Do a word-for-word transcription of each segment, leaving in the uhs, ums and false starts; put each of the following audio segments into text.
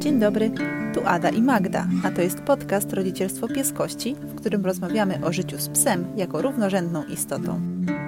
Dzień dobry, tu Ada i Magda, a to jest podcast Rodzicielstwo Pieskości, w którym rozmawiamy o życiu z psem jako równorzędną istotą.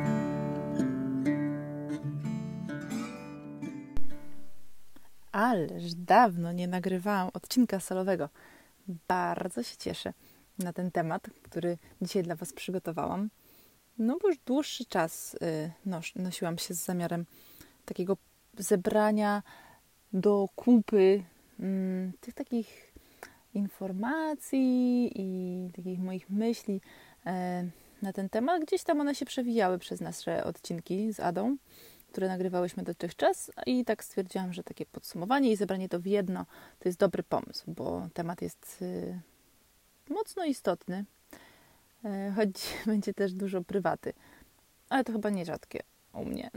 Ależ dawno nie nagrywałam odcinka solowego. Bardzo się cieszę na ten temat, który dzisiaj dla Was przygotowałam. No bo już dłuższy czas y, nos, nosiłam się z zamiarem takiego zebrania do kupy y, tych takich informacji i takich moich myśli y, na ten temat. Gdzieś tam one się przewijały przez nasze odcinki z Adą, które nagrywałyśmy dotychczas i tak stwierdziłam, że takie podsumowanie i zebranie to w jedno to jest dobry pomysł, bo temat jest y, mocno istotny, y, choć będzie też dużo prywaty, ale to chyba nierzadkie u mnie.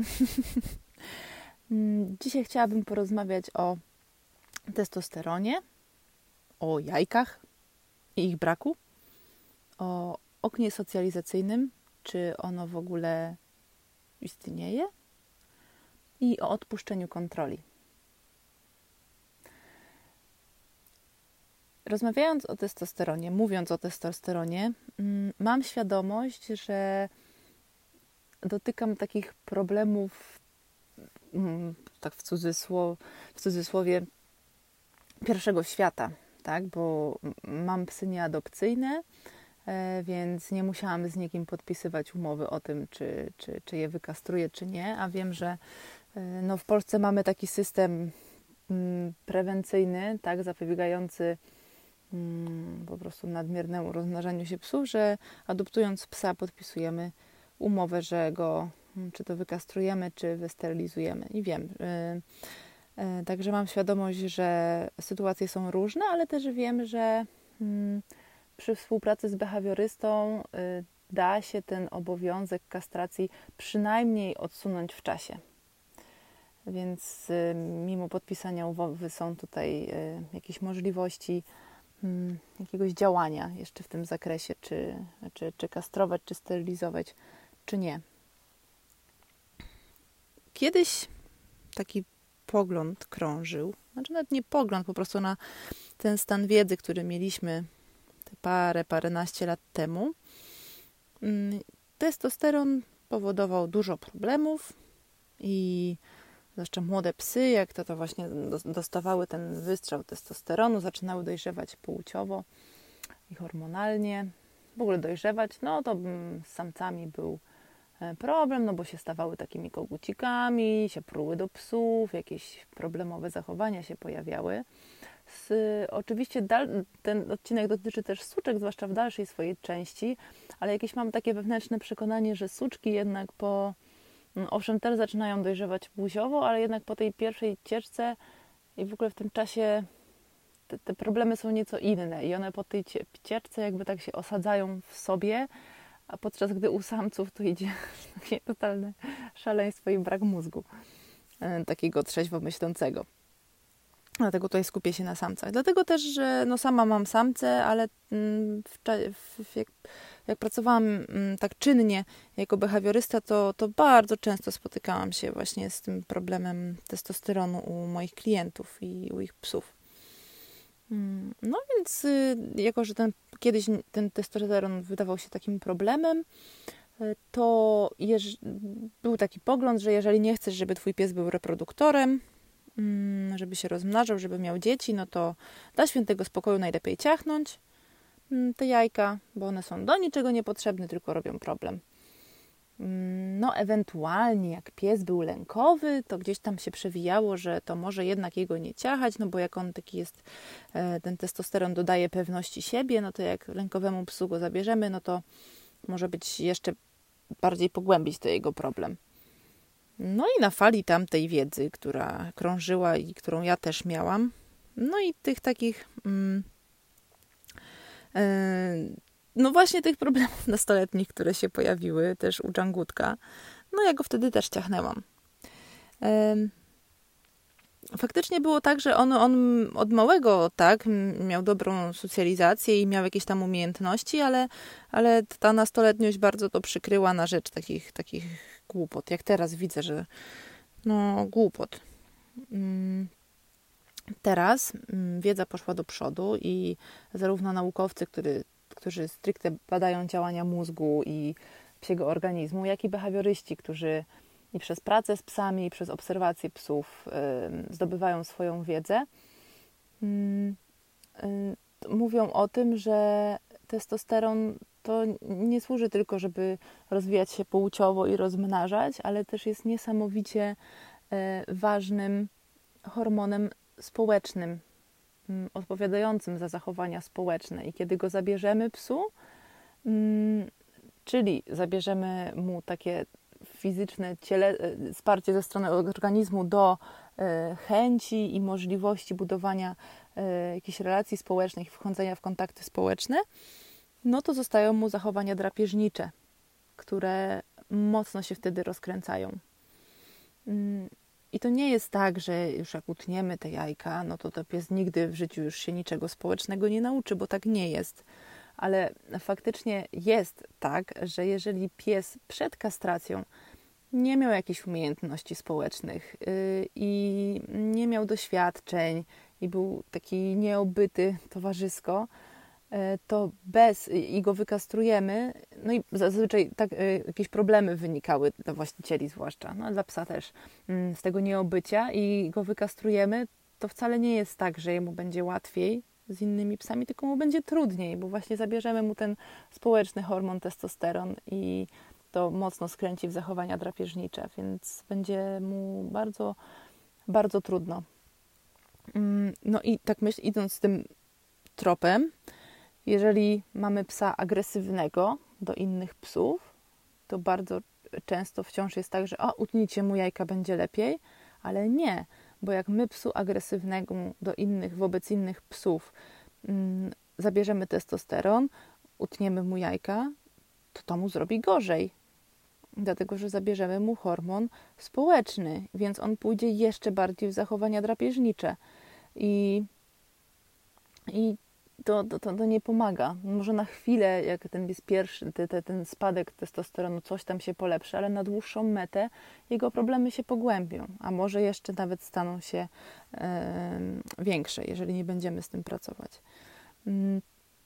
Dzisiaj chciałabym porozmawiać o testosteronie, o jajkach i ich braku, o oknie socjalizacyjnym, czy ono w ogóle istnieje, i o odpuszczeniu kontroli. Rozmawiając o testosteronie, mówiąc o testosteronie, mam świadomość, że dotykam takich problemów, tak w, cudzysłow, w cudzysłowie, pierwszego świata, tak? Bo mam psy nieadopcyjne, więc nie musiałam z nikim podpisywać umowy o tym, czy, czy, czy je wykastruję, czy nie, a wiem, że no, w Polsce mamy taki system prewencyjny, tak, zapobiegający po prostu nadmiernemu rozmnażaniu się psów, że adoptując psa podpisujemy umowę, że go czy to wykastrujemy, czy wysterylizujemy. I wiem. Yy, yy, także mam świadomość, że sytuacje są różne, ale też wiem, że yy, przy współpracy z behawiorystą yy, da się ten obowiązek kastracji przynajmniej odsunąć w czasie. Więc yy, mimo podpisania umowy są tutaj yy, jakieś możliwości yy, jakiegoś działania jeszcze w tym zakresie, czy, czy, czy kastrować, czy sterylizować, czy nie. Kiedyś taki pogląd krążył, znaczy nawet nie pogląd, po prostu na ten stan wiedzy, który mieliśmy te parę, paręnaście lat temu. Testosteron powodował dużo problemów i zwłaszcza młode psy, jak to, to właśnie dostawały ten wystrzał testosteronu, zaczynały dojrzewać płciowo i hormonalnie. W ogóle dojrzewać, no to z samcami był problem, no bo się stawały takimi kogucikami, się pruły do psów, jakieś problemowe zachowania się pojawiały. Z, oczywiście dal, ten odcinek dotyczy też suczek, zwłaszcza w dalszej swojej części, ale jakieś mam takie wewnętrzne przekonanie, że suczki jednak po, owszem, też zaczynają dojrzewać płciowo, ale jednak po tej pierwszej cieczce i w ogóle w tym czasie te, te problemy są nieco inne i one po tej cieczce jakby tak się osadzają w sobie, a podczas gdy u samców to idzie takie totalne szaleństwo i brak mózgu, takiego trzeźwo myślącego. Dlatego tutaj skupię się na samcach. Dlatego też, że no sama mam samce, ale w, w, jak, jak pracowałam tak czynnie jako behawiorysta, to, to bardzo często spotykałam się właśnie z tym problemem testosteronu u moich klientów i u ich psów. No więc jako, że ten, kiedyś ten testosteron wydawał się takim problemem, to jeż, był taki pogląd, że jeżeli nie chcesz, żeby twój pies był reproduktorem, żeby się rozmnażał, żeby miał dzieci, no to dla świętego spokoju najlepiej ciachnąć te jajka, bo one są do niczego niepotrzebne, tylko robią problem. No ewentualnie jak pies był lękowy, to gdzieś tam się przewijało, że to może jednak jego nie ciachać, no bo jak on taki jest, ten testosteron dodaje pewności siebie, no to jak lękowemu psu go zabierzemy, no to może być jeszcze bardziej pogłębić to jego problem. No i na fali tamtej wiedzy, która krążyła i którą ja też miałam, no i tych takich mm, yy, no właśnie tych problemów nastoletnich, które się pojawiły też u Dżangutka, no ja go wtedy też ciachnęłam. Faktycznie było tak, że on, on od małego tak miał dobrą socjalizację i miał jakieś tam umiejętności, ale, ale ta nastoletniość bardzo to przykryła na rzecz takich, takich głupot. Jak teraz widzę, że no głupot. Teraz wiedza poszła do przodu i zarówno naukowcy, który, którzy stricte badają działania mózgu i psiego organizmu, jak i behawioryści, którzy i przez pracę z psami, i przez obserwację psów y, zdobywają swoją wiedzę, y, y, mówią o tym, że testosteron to nie służy tylko, żeby rozwijać się płciowo i rozmnażać, ale też jest niesamowicie y, ważnym hormonem społecznym, y, odpowiadającym za zachowania społeczne. I kiedy go zabierzemy psu, y, czyli zabierzemy mu takie fizyczne ciele, wsparcie ze strony organizmu do e, chęci i możliwości budowania e, jakichś relacji społecznych, wchodzenia w kontakty społeczne, no to zostają mu zachowania drapieżnicze, które mocno się wtedy rozkręcają. I to nie jest tak, że już jak utniemy te jajka, no to to pies nigdy w życiu już się niczego społecznego nie nauczy, bo tak nie jest. Ale faktycznie jest tak, że jeżeli pies przed kastracją nie miał jakichś umiejętności społecznych yy, i nie miał doświadczeń i był taki nieobyty towarzysko, yy, to bez i go wykastrujemy, no i zazwyczaj tak, yy, jakieś problemy wynikały dla właścicieli zwłaszcza, no dla psa też, yy, z tego nieobycia i go wykastrujemy, to wcale nie jest tak, że jemu będzie łatwiej z innymi psami, tylko mu będzie trudniej, bo właśnie zabierzemy mu ten społeczny hormon testosteron i to mocno skręci w zachowania drapieżnicze, więc będzie mu bardzo, bardzo trudno. No i tak myślę, idąc tym tropem, jeżeli mamy psa agresywnego do innych psów, to bardzo często wciąż jest tak, że o, utnijcie mu jajka, będzie lepiej, ale nie, bo jak my psu agresywnego do innych, wobec innych psów mm, zabierzemy testosteron, utniemy mu jajka, to to mu zrobi gorzej. Dlatego, że zabierzemy mu hormon społeczny, więc on pójdzie jeszcze bardziej w zachowania drapieżnicze. I, i to, to, to nie pomaga. Może na chwilę, jak ten jest pierwszy, te, te, ten spadek testosteronu, coś tam się polepszy, ale na dłuższą metę jego problemy się pogłębią, a może jeszcze nawet staną się e, większe, jeżeli nie będziemy z tym pracować. Mm,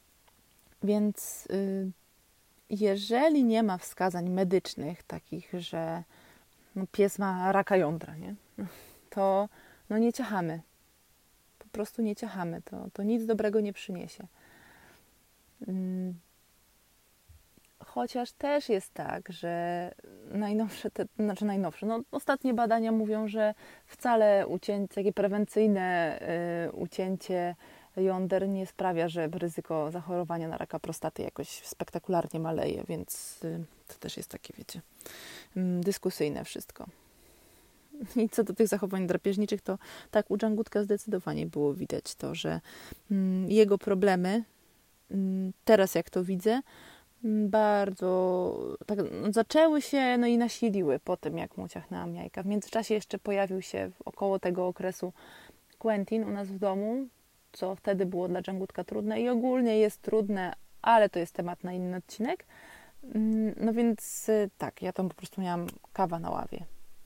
więc y, jeżeli nie ma wskazań medycznych takich, że no, pies ma raka jądra, nie? To no, nie ciachamy. Po prostu nie ciachamy. To, to nic dobrego nie przyniesie. Hmm. Chociaż też jest tak, że najnowsze, te, znaczy najnowsze, no ostatnie badania mówią, że wcale ucięcie, takie prewencyjne y, ucięcie jąder nie sprawia, że ryzyko zachorowania na raka prostaty jakoś spektakularnie maleje, więc y, to też jest takie, wiecie, y, dyskusyjne wszystko. I co do tych zachowań drapieżniczych, to tak, u Dżangutka zdecydowanie było widać to, że y, jego problemy, y, teraz jak to widzę, bardzo tak, no, zaczęły się no i nasiliły po tym, jak mu ciachnęłam jajka. W międzyczasie jeszcze pojawił się około tego okresu Quentin u nas w domu, co wtedy było dla Dżangutka trudne i ogólnie jest trudne, ale to jest temat na inny odcinek. No więc tak, ja tam po prostu miałam kawa na ławie.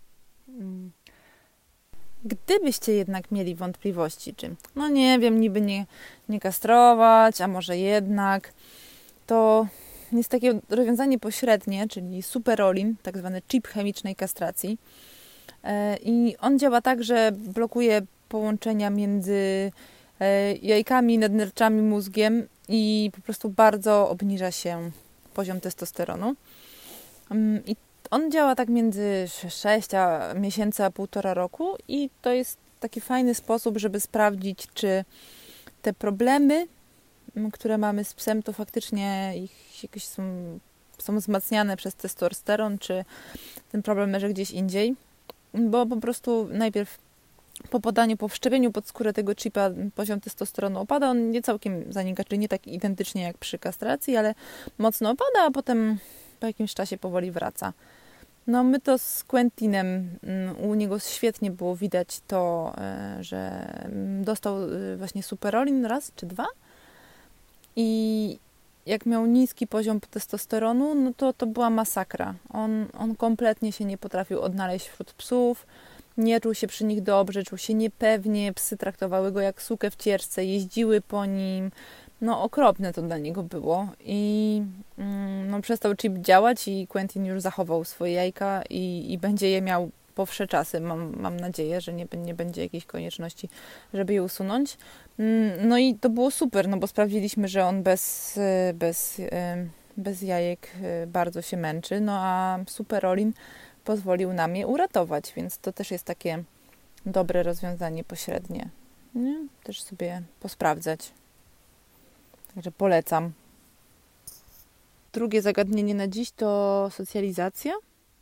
Gdybyście jednak mieli wątpliwości, czy no nie wiem, niby nie, nie kastrować, a może jednak, to jest takie rozwiązanie pośrednie, czyli Superolin, tak zwany chip chemicznej kastracji. I on działa tak, że blokuje połączenia między jajkami, nadnerczami, mózgiem i po prostu bardzo obniża się poziom testosteronu. I on działa tak między sześć miesięcy a półtora roku i to jest taki fajny sposób, żeby sprawdzić, czy te problemy, które mamy z psem, to faktycznie ich jakieś są, są wzmacniane przez testosteron, czy ten problem leży gdzieś indziej. Bo po prostu najpierw po podaniu, po wszczepieniu pod skórę tego chipa poziom testosteronu opada. On nie całkiem zanika, czyli nie tak identycznie jak przy kastracji, ale mocno opada, a potem po jakimś czasie powoli wraca. No my to z Quentinem, u niego świetnie było widać to, że dostał właśnie Superolin raz czy dwa i jak miał niski poziom testosteronu, no to to była masakra. On, on kompletnie się nie potrafił odnaleźć wśród psów. Nie czuł się przy nich dobrze, czuł się niepewnie, psy traktowały go jak sukę w cieczce, jeździły po nim. No okropne to dla niego było i no, przestał chip działać i Quentin już zachował swoje jajka i, i będzie je miał po wsze czasy. Mam, mam nadzieję, że nie, nie będzie jakiejś konieczności, żeby je usunąć. No i to było super, no bo sprawdziliśmy, że on bez, bez, bez jajek bardzo się męczy, no a Superolin pozwolił nam je uratować, więc to też jest takie dobre rozwiązanie pośrednie. Nie? Też sobie posprawdzać. Także polecam. Drugie zagadnienie na dziś to socjalizacja.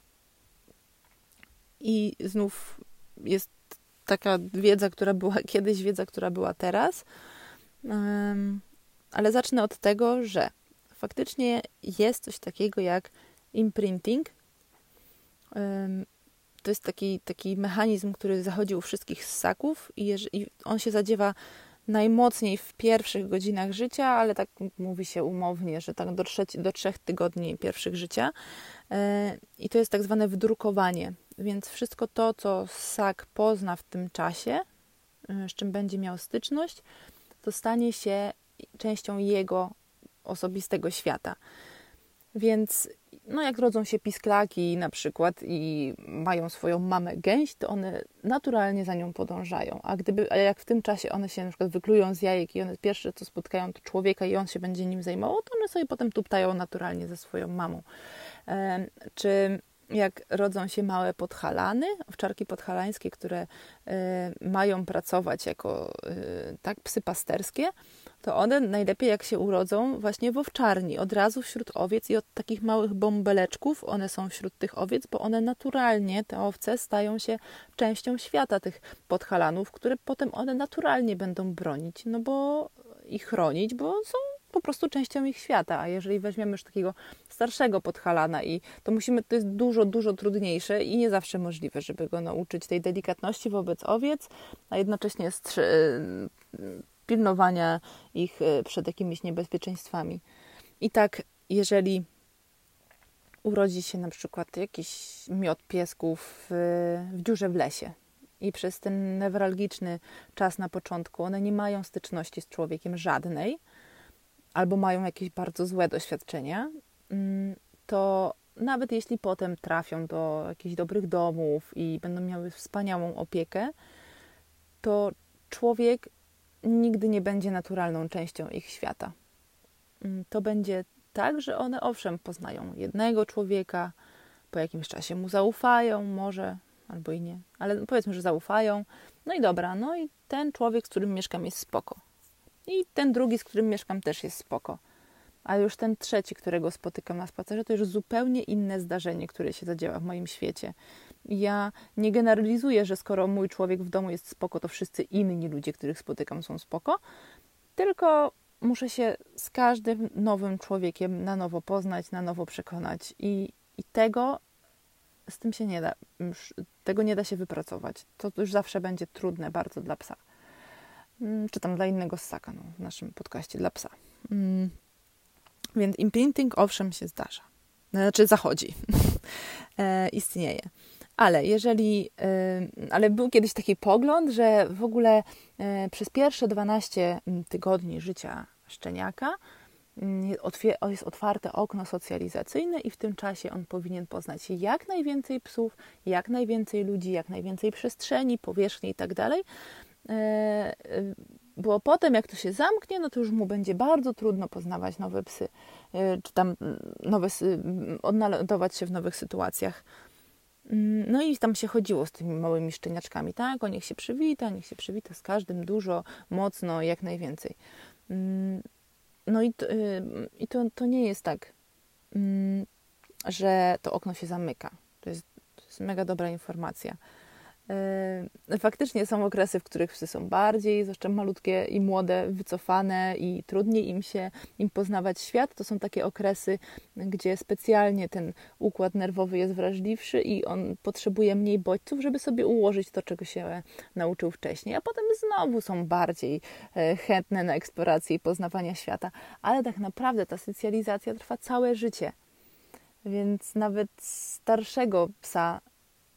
I znów jest taka wiedza, która była kiedyś, wiedza, która była teraz. Um, ale zacznę od tego, że faktycznie jest coś takiego jak imprinting. Um, to jest taki, taki mechanizm, który zachodzi u wszystkich ssaków i, jeż- i on się zadziewa najmocniej w pierwszych godzinach życia, ale tak mówi się umownie, że tak do, trzeci, do trzech tygodni pierwszych życia. Yy, I to jest tak zwane wdrukowanie. Więc wszystko to, co ssak pozna w tym czasie, yy, z czym będzie miał styczność, to stanie się częścią jego osobistego świata. Więc no jak rodzą się pisklaki na przykład i mają swoją mamę gęś, to one naturalnie za nią podążają. A gdyby, a jak w tym czasie one się na przykład wyklują z jajek i one pierwsze co spotkają to człowieka i on się będzie nim zajmował, to one sobie potem tuptają naturalnie ze swoją mamą. E, czy jak rodzą się małe podhalany, owczarki podhalańskie, które e, mają pracować jako e, tak psy pasterskie, to one najlepiej jak się urodzą właśnie w owczarni, od razu wśród owiec i od takich małych bąbeleczków one są wśród tych owiec, bo one naturalnie, te owce stają się częścią świata tych podhalanów, które potem one naturalnie będą bronić, no bo i chronić, bo są po prostu częścią ich świata, a jeżeli weźmiemy już takiego starszego podhalana i to musimy, to jest dużo, dużo trudniejsze i nie zawsze możliwe, żeby go nauczyć tej delikatności wobec owiec, a jednocześnie strzy- pilnowania ich przed jakimiś niebezpieczeństwami. I tak, jeżeli urodzi się na przykład jakiś miot piesków w, w dziurze w lesie i przez ten newralgiczny czas na początku one nie mają styczności z człowiekiem żadnej, albo mają jakieś bardzo złe doświadczenia, to nawet jeśli potem trafią do jakichś dobrych domów i będą miały wspaniałą opiekę, to człowiek nigdy nie będzie naturalną częścią ich świata. To będzie tak, że one owszem poznają jednego człowieka, po jakimś czasie mu zaufają, może, albo i nie, ale powiedzmy, że zaufają, no i dobra, no i ten człowiek, z którym mieszkam jest spoko. I ten drugi, z którym mieszkam też jest spoko. A już ten trzeci, którego spotykam na spacerze, to już zupełnie inne zdarzenie, które się zadziała w moim świecie. Ja nie generalizuję, że skoro mój człowiek w domu jest spoko, to wszyscy inni ludzie, których spotykam, są spoko, tylko muszę się z każdym nowym człowiekiem na nowo poznać, na nowo przekonać i, i tego z tym się nie da, tego nie da się wypracować. To już zawsze będzie trudne bardzo dla psa. Czy tam dla innego ssaka, no, w naszym podcaście dla psa. Mm. Więc imprinting owszem się zdarza. Znaczy zachodzi. e, istnieje. Ale jeżeli, e, ale był kiedyś taki pogląd, że w ogóle e, przez pierwsze dwanaście tygodni życia szczeniaka jest otwarte okno socjalizacyjne i w tym czasie on powinien poznać jak najwięcej psów, jak najwięcej ludzi, jak najwięcej przestrzeni, powierzchni i tak dalej. Bo potem jak to się zamknie, no to już mu będzie bardzo trudno poznawać nowe psy, czy tam nowe, odnajdować się w nowych sytuacjach. No i tam się chodziło z tymi małymi szczeniaczkami, tak? O niech się przywita, niech się przywita z każdym dużo, mocno, jak najwięcej. No i to, i to, to nie jest tak, że to okno się zamyka. To jest, to jest mega dobra informacja. Faktycznie są okresy, w których psy są bardziej, zwłaszcza malutkie i młode, wycofane i trudniej im się im poznawać świat. To są takie okresy, gdzie specjalnie ten układ nerwowy jest wrażliwszy i on potrzebuje mniej bodźców, żeby sobie ułożyć to, czego się nauczył wcześniej. A potem znowu są bardziej chętne na eksplorację i poznawania świata. Ale tak naprawdę ta socjalizacja trwa całe życie. Więc nawet starszego psa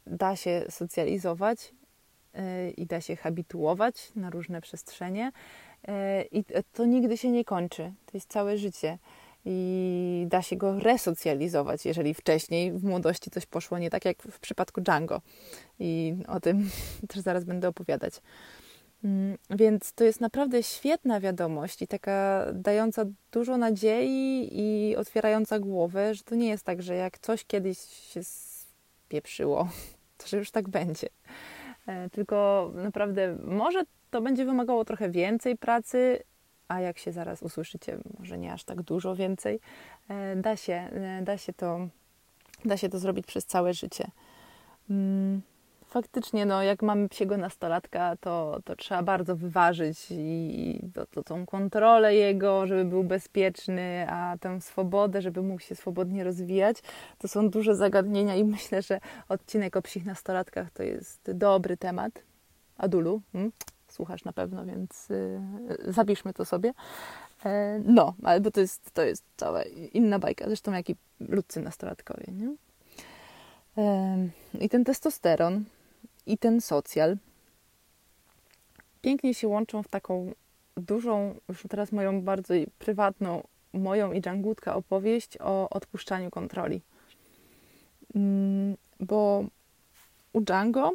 da się socjalizować i da się habituować na różne przestrzenie i to nigdy się nie kończy. To jest całe życie. I da się go resocjalizować, jeżeli wcześniej w młodości coś poszło nie tak, jak w przypadku Django. I o tym też zaraz będę opowiadać. Więc to jest naprawdę świetna wiadomość i taka dająca dużo nadziei i otwierająca głowę, że to nie jest tak, że jak coś kiedyś się spieprzyło, to że już tak będzie. Tylko naprawdę może to będzie wymagało trochę więcej pracy, a jak się zaraz usłyszycie, może nie aż tak dużo więcej, da się, da się to, da się to zrobić przez całe życie. Faktycznie, no, jak mamy psiego nastolatka, to, to trzeba bardzo wyważyć i to, to, tą kontrolę jego, żeby był bezpieczny, a tę swobodę, żeby mógł się swobodnie rozwijać. To są duże zagadnienia i myślę, że odcinek o psich nastolatkach to jest dobry temat. Adulu, hmm? Słuchasz na pewno, więc y, zapiszmy to sobie. E, no, ale bo to jest, to jest cała inna bajka, zresztą jak i ludzcy nastolatkowie, nie? E, I ten testosteron i ten socjal pięknie się łączą w taką dużą, już teraz moją bardzo prywatną, moją i Dżangutka opowieść o odpuszczaniu kontroli. Bo u Django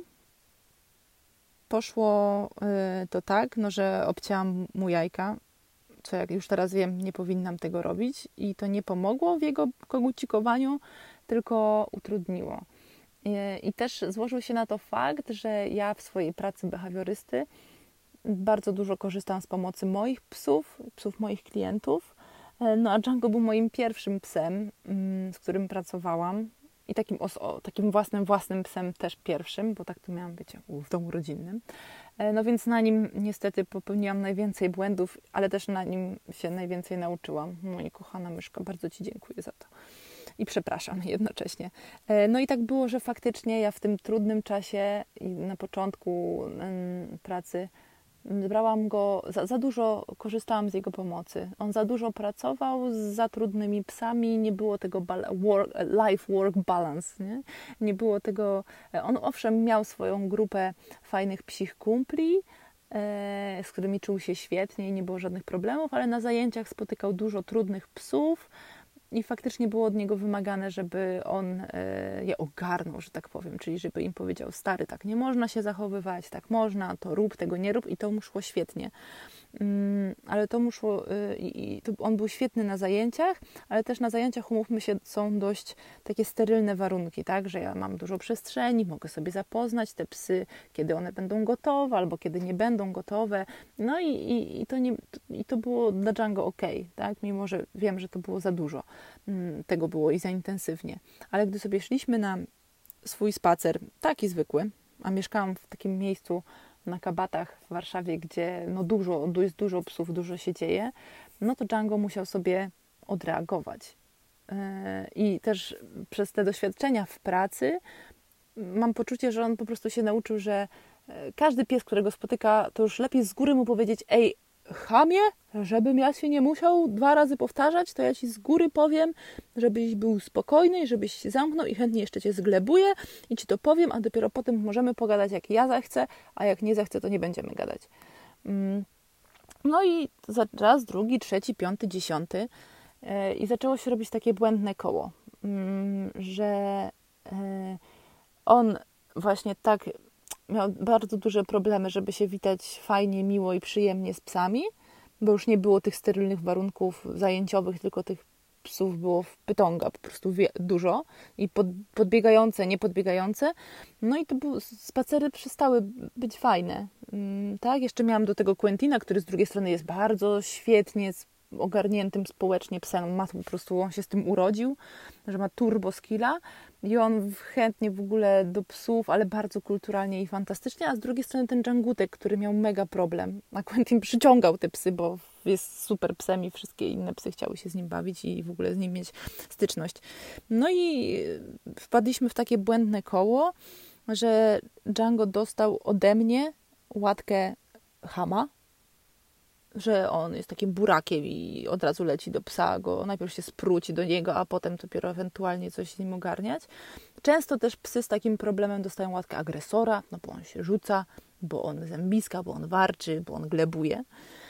poszło to tak, no, że obcięłam mu jajka, co jak już teraz wiem, nie powinnam tego robić i to nie pomogło w jego kogucikowaniu, tylko utrudniło. I też złożył się na to fakt, że ja w swojej pracy behawiorysty bardzo dużo korzystam z pomocy moich psów, psów moich klientów. No a Django był moim pierwszym psem, z którym pracowałam i takim, o, takim własnym, własnym psem też pierwszym, bo tak to miałam być w domu rodzinnym. No więc na nim niestety popełniłam najwięcej błędów, ale też na nim się najwięcej nauczyłam. Moja kochana myszka, bardzo Ci dziękuję za to. I przepraszam jednocześnie. No i tak było, że faktycznie ja w tym trudnym czasie i na początku pracy brałam go, za, za dużo korzystałam z jego pomocy. On za dużo pracował z za trudnymi psami, nie było tego life-work balance, nie? Nie było tego, on owszem miał swoją grupę fajnych psich kumpli, e, z którymi czuł się świetnie i nie było żadnych problemów, ale na zajęciach spotykał dużo trudnych psów, i faktycznie było od niego wymagane, żeby on e, je ogarnął, że tak powiem, czyli żeby im powiedział, stary, tak nie można się zachowywać, tak można, to rób, tego nie rób i to mu szło świetnie. Mm, ale to mu szło, y, i to on był świetny na zajęciach, ale też na zajęciach, umówmy się, są dość takie sterylne warunki, tak, że ja mam dużo przestrzeni, mogę sobie zapoznać te psy, kiedy one będą gotowe albo kiedy nie będą gotowe. No i, i, i, to, nie, i to było dla Django ok, tak, mimo że wiem, że to było za dużo. Tego było i za intensywnie. Ale gdy sobie szliśmy na swój spacer, taki zwykły, a mieszkałam w takim miejscu na Kabatach w Warszawie, gdzie no dużo, jest dużo psów, dużo się dzieje, no to Django musiał sobie odreagować. I też przez te doświadczenia w pracy mam poczucie, że on po prostu się nauczył, że każdy pies, którego spotyka, to już lepiej z góry mu powiedzieć, ej, chamie, żebym ja się nie musiał dwa razy powtarzać, to ja ci z góry powiem, żebyś był spokojny i żebyś się zamknął i chętnie jeszcze cię zglebuję i ci to powiem, a dopiero potem możemy pogadać, jak ja zechcę, a jak nie zechcę, to nie będziemy gadać. No i raz, drugi, trzeci, piąty, dziesiąty i zaczęło się robić takie błędne koło, że on właśnie tak miał bardzo duże problemy, żeby się witać fajnie, miło i przyjemnie z psami, bo już nie było tych sterylnych warunków zajęciowych, tylko tych psów było w pytonga po prostu wie, dużo i pod, podbiegające, niepodbiegające. No i to były, spacery przestały być fajne. Tak? Jeszcze miałam do tego Quentina, który z drugiej strony jest bardzo świetnie ogarniętym społecznie psem. Ma po prostu, on się z tym urodził, że ma turbo skilla i on chętnie w ogóle do psów, ale bardzo kulturalnie i fantastycznie, a z drugiej strony ten Dżangutek, który miał mega problem. A Quentin przyciągał te psy, bo jest super psem i wszystkie inne psy chciały się z nim bawić i w ogóle z nim mieć styczność. No i wpadliśmy w takie błędne koło, że Django dostał ode mnie łatkę chama, że on jest takim burakiem i od razu leci do psa, go najpierw się spróci do niego, a potem dopiero ewentualnie coś z nim ogarniać. Często też psy z takim problemem dostają łatkę agresora, no bo on się rzuca, bo on zębiska, bo on warczy, bo on glebuje.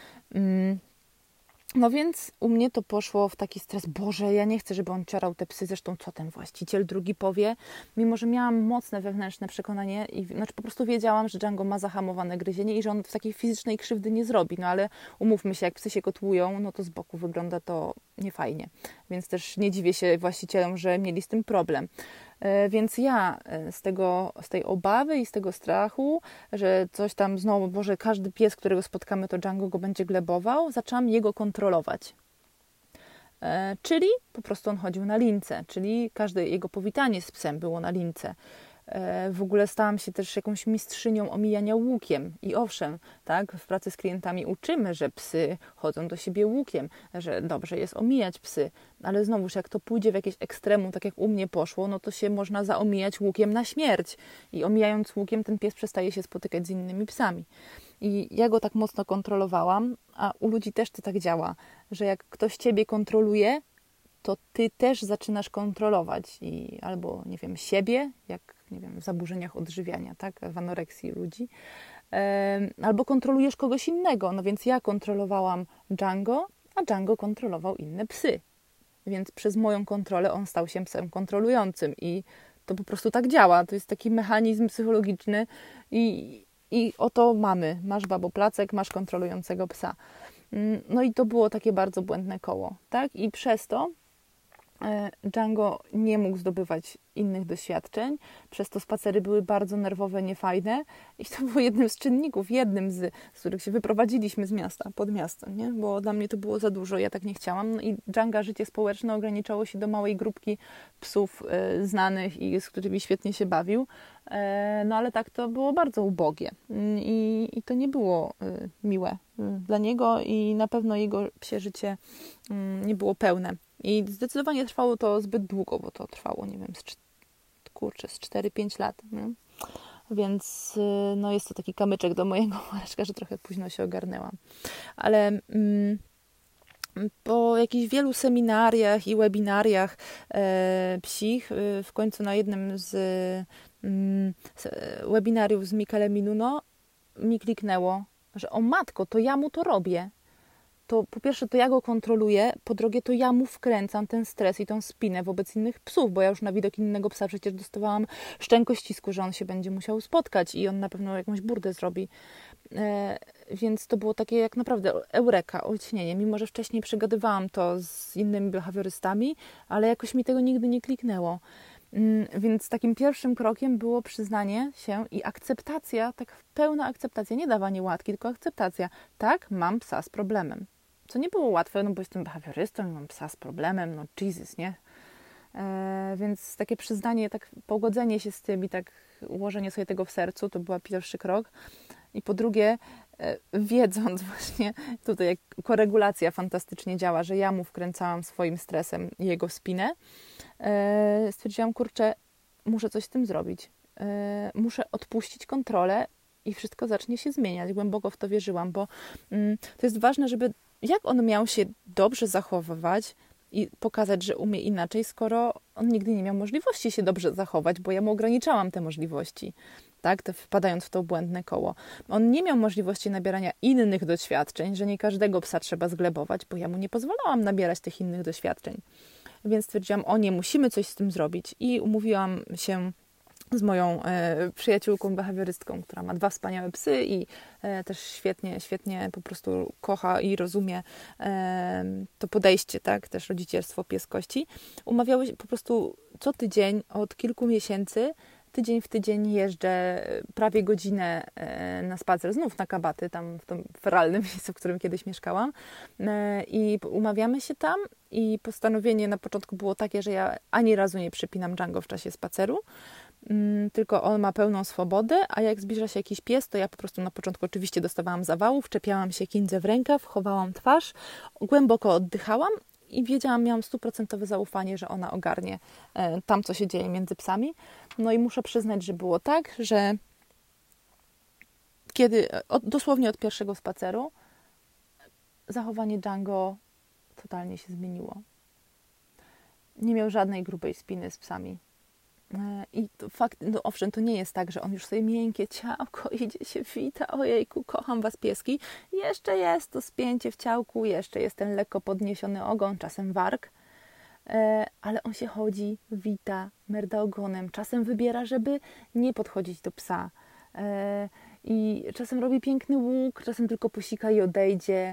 No więc u mnie to poszło w taki stres, Boże, ja nie chcę, żeby on ciarał te psy, zresztą co ten właściciel drugi powie, mimo że miałam mocne wewnętrzne przekonanie i znaczy po prostu wiedziałam, że Django ma zahamowane gryzienie i że on w takiej fizycznej krzywdy nie zrobi, no ale umówmy się, jak psy się kotłują, no to z boku wygląda to niefajnie, więc też nie dziwię się właścicielom, że mieli z tym problem. Więc ja z, tego, z tej obawy i z tego strachu, że coś tam znowu, Boże, każdy pies, którego spotkamy, to Django go będzie glebował, zaczęłam jego kontrolować. E, czyli po prostu on chodził na lince, czyli każde jego powitanie z psem było na lince. E, w ogóle stałam się też jakąś mistrzynią omijania łukiem. I owszem, tak, w pracy z klientami uczymy, że psy chodzą do siebie łukiem, że dobrze jest omijać psy, ale znowuż jak to pójdzie w jakieś ekstremum, tak jak u mnie poszło, no to się można zaomijać łukiem na śmierć. I omijając łukiem ten pies przestaje się spotykać z innymi psami. I ja go tak mocno kontrolowałam, a u ludzi też to tak działa, że jak ktoś ciebie kontroluje, to ty też zaczynasz kontrolować i albo, nie wiem, siebie, jak, nie wiem, w zaburzeniach odżywiania, tak, w anoreksji ludzi, e, albo kontrolujesz kogoś innego. No więc ja kontrolowałam Django, a Django kontrolował inne psy. Więc przez moją kontrolę on stał się psem kontrolującym i to po prostu tak działa. To jest taki mechanizm psychologiczny i, i oto mamy. Masz baboplacek, masz kontrolującego psa. No i to było takie bardzo błędne koło, tak? I przez to Django nie mógł zdobywać innych doświadczeń, przez to spacery były bardzo nerwowe, niefajne i to było jednym z czynników, jednym z, z których się wyprowadziliśmy z miasta, pod miasto, nie? Bo dla mnie to było za dużo, ja tak nie chciałam. No i Djanga życie społeczne ograniczało się do małej grupki psów e, znanych i z którymi świetnie się bawił, e, no ale tak to było bardzo ubogie i, i to nie było e, miłe e, dla niego i na pewno jego psie życie e, nie było pełne. I zdecydowanie trwało to zbyt długo, bo to trwało, nie wiem, z, kurczę, z cztery pięć lat. Nie? Więc no, jest to taki kamyczek do mojego woreczka, że trochę późno się ogarnęłam. Ale mm, po jakichś wielu seminariach i webinariach e, psich, e, w końcu na jednym z, mm, z webinariów z Mikelem Minuno mi kliknęło, że o matko, to ja mu to robię. To po pierwsze to ja go kontroluję, po drugie to ja mu wkręcam ten stres i tą spinę wobec innych psów, bo ja już na widok innego psa przecież dostawałam szczękościsku, że on się będzie musiał spotkać i on na pewno jakąś burdę zrobi. E, więc to było takie jak naprawdę eureka, olśnienie, mimo że wcześniej przegadywałam to z innymi behawiorystami, ale jakoś mi tego nigdy nie kliknęło. Więc takim pierwszym krokiem było przyznanie się i akceptacja, tak pełna akceptacja, nie dawanie łatki, tylko akceptacja. Tak, mam psa z problemem. Co nie było łatwe, no bo jestem behawiorystą i mam psa z problemem, no Jesus, nie? E, więc takie przyznanie, tak pogodzenie się z tym i tak ułożenie sobie tego w sercu, to był pierwszy krok. I po drugie, e, wiedząc właśnie, tutaj jak koregulacja fantastycznie działa, że ja mu wkręcałam swoim stresem jego spinę, e, stwierdziłam, kurczę, muszę coś z tym zrobić. E, muszę odpuścić kontrolę i wszystko zacznie się zmieniać. Głęboko w to wierzyłam, bo mm, to jest ważne, żeby jak on miał się dobrze zachowywać i pokazać, że umie inaczej, skoro on nigdy nie miał możliwości się dobrze zachować, bo ja mu ograniczałam te możliwości, tak, te, wpadając w to błędne koło. On nie miał możliwości nabierania innych doświadczeń, że nie każdego psa trzeba zglebować, bo ja mu nie pozwalałam nabierać tych innych doświadczeń. Więc stwierdziłam, o nie, musimy coś z tym zrobić i umówiłam się z moją e, przyjaciółką behawiorystką, która ma dwa wspaniałe psy i e, też świetnie, świetnie po prostu kocha i rozumie e, to podejście, tak, też rodzicielstwo pieskości. Umawiały się po prostu co tydzień od kilku miesięcy, tydzień w tydzień jeżdżę prawie godzinę e, na spacer, znów na Kabaty, tam w tym feralnym miejscu, w którym kiedyś mieszkałam e, i umawiamy się tam i postanowienie na początku było takie, że ja ani razu nie przypinam Django w czasie spaceru, tylko on ma pełną swobodę, a jak zbliża się jakiś pies, to ja po prostu na początku oczywiście dostawałam zawałów, czepiałam się Kindze w rękaw, chowałam twarz, głęboko oddychałam i wiedziałam, miałam stuprocentowe zaufanie, że ona ogarnie e, tam, co się dzieje między psami. No i muszę przyznać, że było tak, że kiedy od, dosłownie od pierwszego spaceru zachowanie Django totalnie się zmieniło. Nie miał żadnej grubej spiny z psami. I to fakt, no owszem, to nie jest tak, że on już sobie miękkie ciałko idzie się wita, ojejku, kocham was pieski. Jeszcze jest to spięcie w ciałku, jeszcze jest ten lekko podniesiony ogon, czasem warg, ale on się chodzi, wita, merda ogonem, czasem wybiera, żeby nie podchodzić do psa. I czasem robi piękny łuk, czasem tylko posika i odejdzie.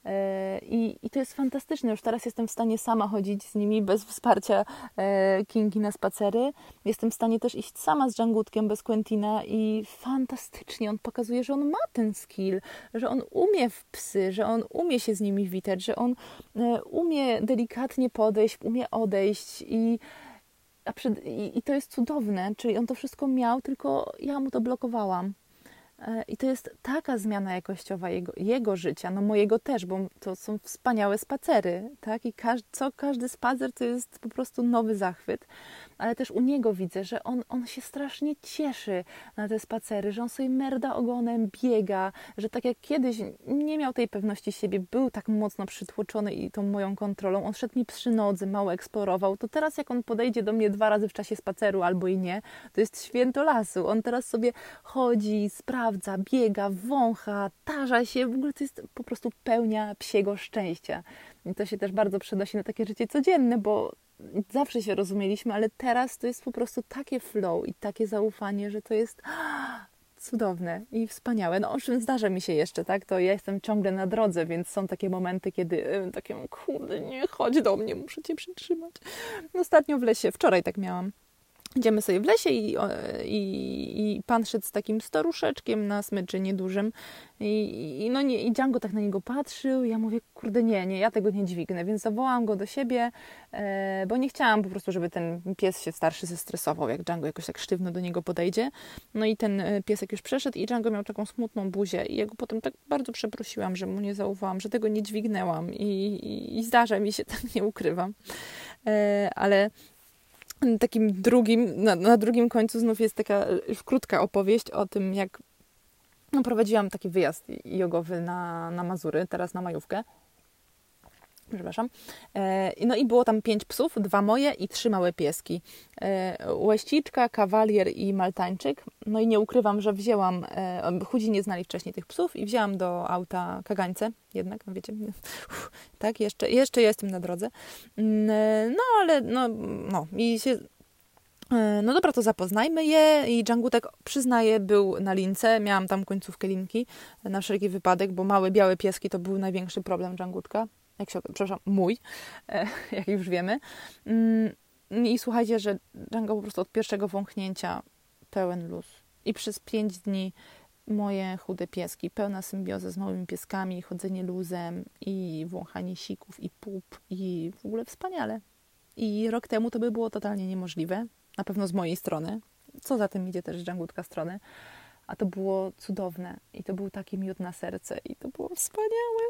I, I to jest fantastyczne. Już teraz jestem w stanie sama chodzić z nimi bez wsparcia e, Kingi na spacery. Jestem w stanie też iść sama z Dżangutkiem bez Quentina i fantastycznie on pokazuje, że on ma ten skill, że on umie w psy, że on umie się z nimi witać, że on e, umie delikatnie podejść, umie odejść i, a przed, i, i to jest cudowne. Czyli on to wszystko miał, tylko ja mu to blokowałam. I to jest taka zmiana jakościowa jego, jego życia, no mojego też, bo to są wspaniałe spacery, tak? I każdy, co każdy spacer to jest po prostu nowy zachwyt, ale też u niego widzę, że on, on się strasznie cieszy na te spacery, że on sobie merda ogonem, biega, że tak jak kiedyś nie miał tej pewności siebie, był tak mocno przytłoczony i tą moją kontrolą, on szedł mi przy nodze, mało eksplorował, to teraz jak on podejdzie do mnie dwa razy w czasie spaceru albo i nie, to jest święto lasu, on teraz sobie chodzi, sprawdza, biega, wącha, tarza się, w ogóle to jest po prostu pełnia psiego szczęścia. I to się też bardzo przenosi na takie życie codzienne, bo zawsze się rozumieliśmy, ale teraz to jest po prostu takie flow i takie zaufanie, że to jest cudowne i wspaniałe. No owszem, zdarza mi się jeszcze, tak? To ja jestem ciągle na drodze, więc są takie momenty, kiedy yy, takie, kurde, nie chodź do mnie, muszę cię przytrzymać. Ostatnio w lesie, wczoraj tak miałam. Idziemy sobie w lesie i, i, i pan szedł z takim staruszeczkiem na smyczy niedużym i, i, no nie, i Django tak na niego patrzył. Ja mówię, kurde nie, nie, ja tego nie dźwignę, więc zawołałam go do siebie, e, bo nie chciałam po prostu, żeby ten pies się starszy zestresował, jak Django jakoś tak sztywno do niego podejdzie. No i ten piesek już przeszedł i Django miał taką smutną buzię i ja go potem tak bardzo przeprosiłam, że mu nie zaufałam, że tego nie dźwignęłam i, i, i zdarza mi się, tak nie ukrywam. E, ale takim drugim, na, na drugim końcu znów jest taka już krótka opowieść o tym, jak no, prowadziłam taki wyjazd jogowy na, na Mazury, teraz na majówkę. Przepraszam. E, no i było tam pięć psów, dwa moje i trzy małe pieski. E, Łeściczka, kawalier i maltańczyk. No i nie ukrywam, że wzięłam, e, chudzi nie znali wcześniej tych psów i wzięłam do auta kagańce jednak, no wiecie, uff, tak, jeszcze, jeszcze jestem na drodze. No ale, no, no i się... No dobra, to zapoznajmy je i Dżangutek, przyznaję, był na lince, miałam tam końcówkę linki na wszelki wypadek, bo małe białe pieski to był największy problem Dżangutka, jak się, przepraszam, mój, jak już wiemy. I słuchajcie, że Django po prostu od pierwszego wąchnięcia pełen luz i przez pięć dni moje chude pieski, pełna symbioza z małymi pieskami, chodzenie luzem i wąchanie sików i pup i w ogóle wspaniale. I rok temu to by było totalnie niemożliwe. Na pewno z mojej strony, co za tym idzie też z Dżangutka strony, a to było cudowne i to był taki miód na serce i to było wspaniałe.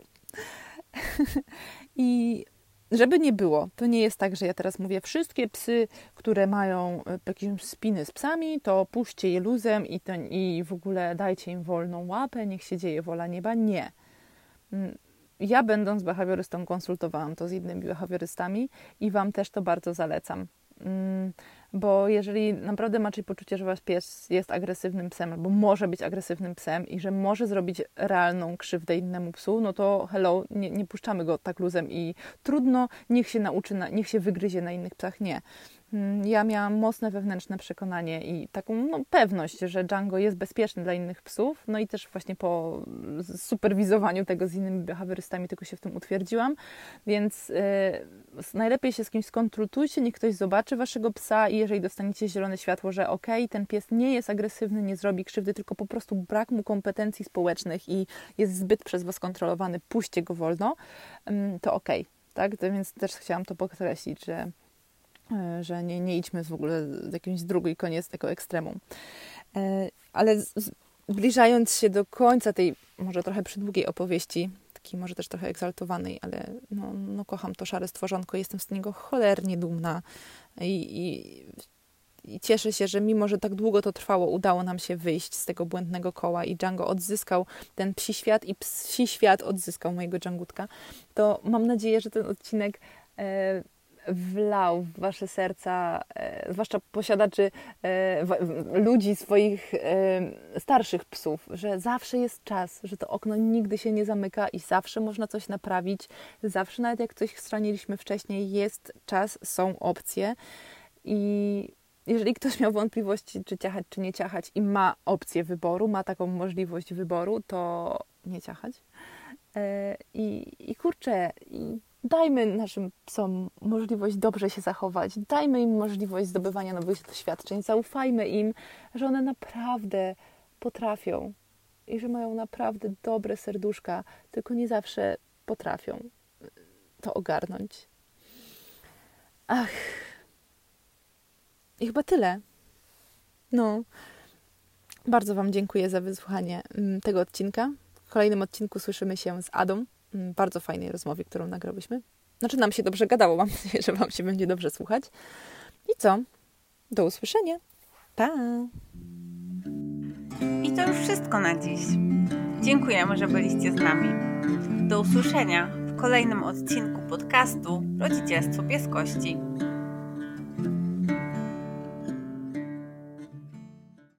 I żeby nie było, to nie jest tak, że ja teraz mówię, wszystkie psy, które mają jakieś spiny z psami, to puśćcie je luzem i, ten, i w ogóle dajcie im wolną łapę, niech się dzieje wola nieba. Nie. Ja będąc behawiorystą konsultowałam to z innymi behawiorystami i Wam też to bardzo zalecam. Bo jeżeli naprawdę macie poczucie, że wasz pies jest agresywnym psem albo może być agresywnym psem i że może zrobić realną krzywdę innemu psu, no to hello, nie, nie puszczamy go tak luzem i trudno, niech się nauczy, na, niech się wygryzie na innych psach. Nie. Ja miałam mocne wewnętrzne przekonanie i taką no, pewność, że Django jest bezpieczny dla innych psów, no i też właśnie po superwizowaniu tego z innymi behawiorystami tylko się w tym utwierdziłam, więc yy, najlepiej się z kimś skonsultujcie, niech ktoś zobaczy waszego psa i jeżeli dostaniecie zielone światło, że okej, okay, ten pies nie jest agresywny, nie zrobi krzywdy, tylko po prostu brak mu kompetencji społecznych i jest zbyt przez was kontrolowany, puśćcie go wolno, yy, to okej, okay, tak? To więc też chciałam to podkreślić, że że nie, nie idźmy w ogóle z jakimś drugi koniec tego ekstremum. Ale zbliżając się do końca tej może trochę przydługiej opowieści, takiej może też trochę egzaltowanej, ale no, no kocham to szare stworzonko, jestem z niego cholernie dumna i, i i cieszę się, że mimo, że tak długo to trwało, udało nam się wyjść z tego błędnego koła i Django odzyskał ten psi świat i psi świat odzyskał mojego Dżangutka. To mam nadzieję, że ten odcinek e, wlał w wasze serca, e, zwłaszcza posiadaczy e, w, ludzi, swoich e, starszych psów, że zawsze jest czas, że to okno nigdy się nie zamyka i zawsze można coś naprawić. Zawsze, nawet jak coś schrzaniliśmy wcześniej, jest czas, są opcje. I jeżeli ktoś miał wątpliwości, czy ciachać, czy nie ciachać i ma opcję wyboru, ma taką możliwość wyboru, to nie ciachać. E, i, I kurczę, i dajmy naszym psom możliwość dobrze się zachować, dajmy im możliwość zdobywania nowych doświadczeń, zaufajmy im, że one naprawdę potrafią i że mają naprawdę dobre serduszka, tylko nie zawsze potrafią to ogarnąć. Ach, i chyba tyle. No, bardzo wam dziękuję za wysłuchanie tego odcinka. W kolejnym odcinku słyszymy się z Adą. Bardzo fajnej rozmowie, którą nagrałyśmy. Znaczy nam się dobrze gadało. Mam nadzieję, że wam się będzie dobrze słuchać. I co? Do usłyszenia. Pa! I to już wszystko na dziś. Dziękujemy, że byliście z nami. Do usłyszenia w kolejnym odcinku podcastu Rodzicielstwo Pieskości.